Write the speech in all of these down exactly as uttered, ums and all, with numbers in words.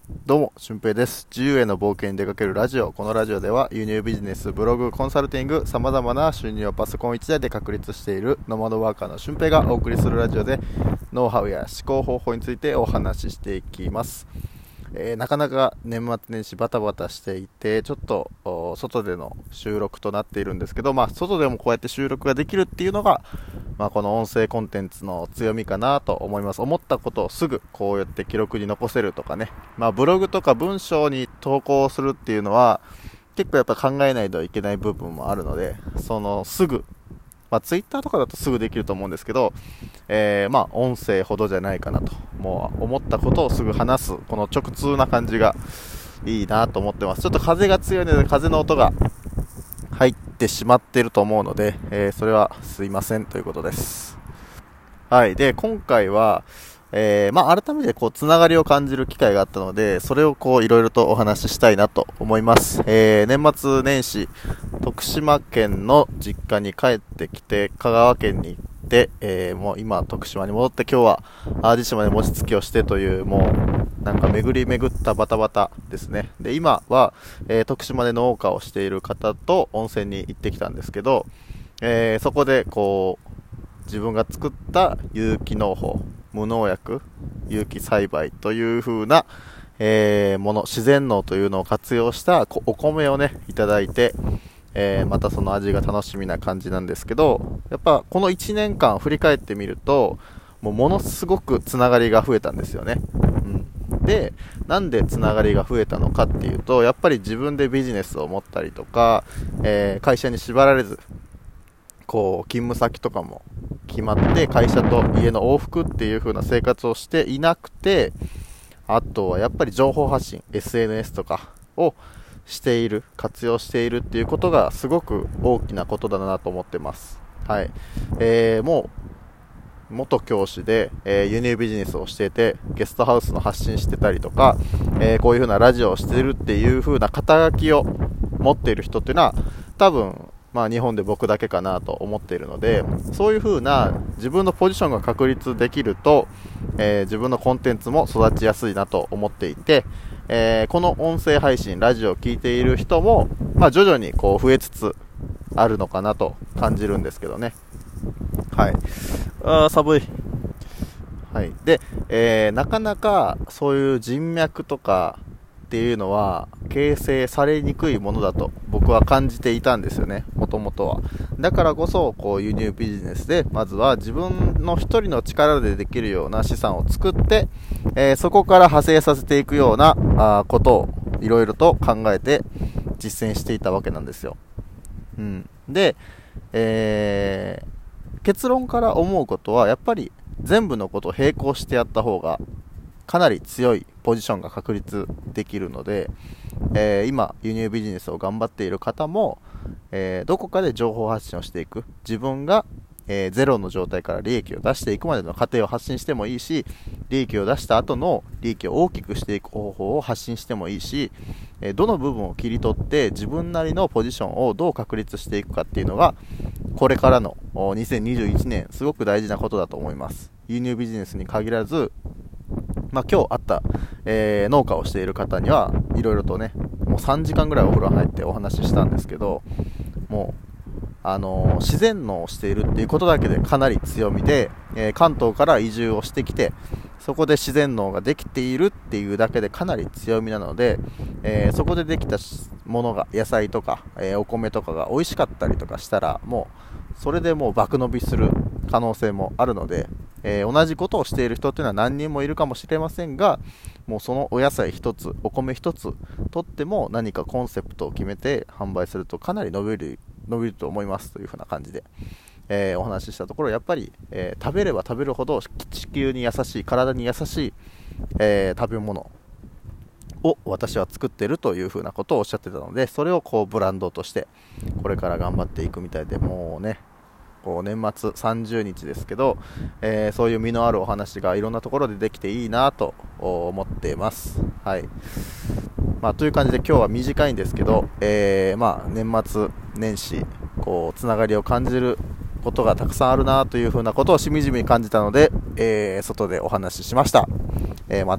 どうも、俊平です。自由への冒険に出かけるラジオ。このラジオでは輸入ビジネス、ブログ、コンサルティング、様々な収入をパソコン一台で確立しているノマドワーカーの俊平がお送りするラジオで、ノウハウや思考方法についてお話ししていきます。えー、なかなか年末年始バタバタしていて、ちょっと外での収録となっているんですけど、まあ外でもこうやって収録ができるっていうのが、まあこの音声コンテンツの強みかなと思います。思ったことをすぐこうやって記録に残せるとかね、まあブログとか文章に投稿するっていうのは結構やっぱ考えないといけない部分もあるので、そのすぐまあ、ツイッターとかだとすぐできると思うんですけど、えー、まあ音声ほどじゃないかなと、もう思ったことをすぐ話すこの直通な感じがいいなと思ってます。ちょっと風が強いので風の音が入ってしまっていると思うので、えー、それはすいませんということです。はい。で、今回はえー、まあ改めてこうつながりを感じる機会があったので、それをこういろいろとお話ししたいなと思います。えー、年末年始徳島県の実家に帰ってきて、香川県に行って、えー、もう今徳島に戻って、今日は淡路島で餅つきをしてという、もうなんか巡り巡ったバタバタですね。で、今は、えー、徳島で農家をしている方と温泉に行ってきたんですけど、えー、そこでこう自分が作った有機農法、無農薬有機栽培という風な、えー、もの、自然農というのを活用したお米をねいただいて、えー、またその味が楽しみな感じなんですけど、やっぱこのいちねんかん振り返ってみると、もうものすごくつながりが増えたんですよね。うん、で、なんでつながりが増えたのかっていうと、やっぱり自分でビジネスを持ったりとか、えー、会社に縛られず、こう勤務先とかも決まって会社と家の往復っていう風な生活をしていなくて、あとはやっぱり情報発信 エスエヌエス とかをしている、活用しているっていうことがすごく大きなことだなと思ってます。はい。えー、もう元教師で、えー、輸入ビジネスをしていて、ゲストハウスの発信してたりとか、えー、こういう風なラジオをしているっていう風な肩書きを持っている人っていうのは多分まあ日本で僕だけかなと思っているので、そういう風な自分のポジションが確立できると、えー、自分のコンテンツも育ちやすいなと思っていて、えー、この音声配信、ラジオを聞いている人も、まあ徐々にこう増えつつあるのかなと感じるんですけどね。はい。あー、寒い。はい。で、えー、なかなかそういう人脈とかっていうのは形成されにくいものだと僕は感じていたんですよね、もともとは。だからこそこう輸入ビジネスでまずは自分の一人の力でできるような資産を作って、えー、そこから派生させていくようなあことをいろいろと考えて実践していたわけなんですよ。うん、で、えー、結論から思うことはやっぱり全部のことを並行してやった方がかなり強いポジションが確立できるので、えー、今輸入ビジネスを頑張っている方も、えー、どこかで情報発信をしていく、自分が、えー、ゼロの状態から利益を出していくまでの過程を発信してもいいし、利益を出した後の利益を大きくしていく方法を発信してもいいし、えー、どの部分を切り取って自分なりのポジションをどう確立していくかっていうのがこれからのにせんにじゅういちねんすごく大事なことだと思います。輸入ビジネスに限らず、まあ、今日会った、えー、農家をしている方にはいろいろとね、もうさんじかんぐらいお風呂入ってお話ししたんですけど、もう、あのー、自然農をしているっていうことだけでかなり強みで、えー、関東から移住をしてきて、そこで自然農ができているっていうだけでかなり強みなので、えー、そこでできたものが、野菜とか、えー、お米とかが美味しかったりとかしたら、もうそれでもう爆伸びする可能性もあるので、えー、同じことをしている人っていうのは何人もいるかもしれませんが、もうそのお野菜一つ、お米一つとっても何かコンセプトを決めて販売するとかなり伸びる伸びると思いますというふうな感じで、えー、お話ししたところ、やっぱり、えー、食べれば食べるほど地球に優しい、体に優しい、えー、食べ物を私は作っているというふうなことをおっしゃってたので、それをこうブランドとしてこれから頑張っていくみたいで、もうね、こう年末さんじゅうにちですけど、えー、そういう実のあるお話がいろんなところでできていいなと思っています。はい。まあ、という感じで今日は短いんですけど、えー、まあ年末年始こうつながりを感じることがたくさんあるなというふうなことをしみじみ感じたので、えー、外でお話ししました。えー、また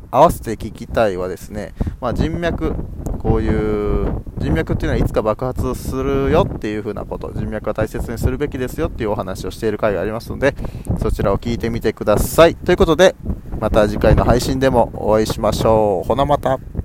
合わせて聞きたいはですね、まあ、人脈、こういう人脈っていうのはいつか爆発するよっていう風なこと、人脈は大切にするべきですよっていうお話をしている回がありますので、そちらを聞いてみてください。ということで、また次回の配信でもお会いしましょう。ほなまた。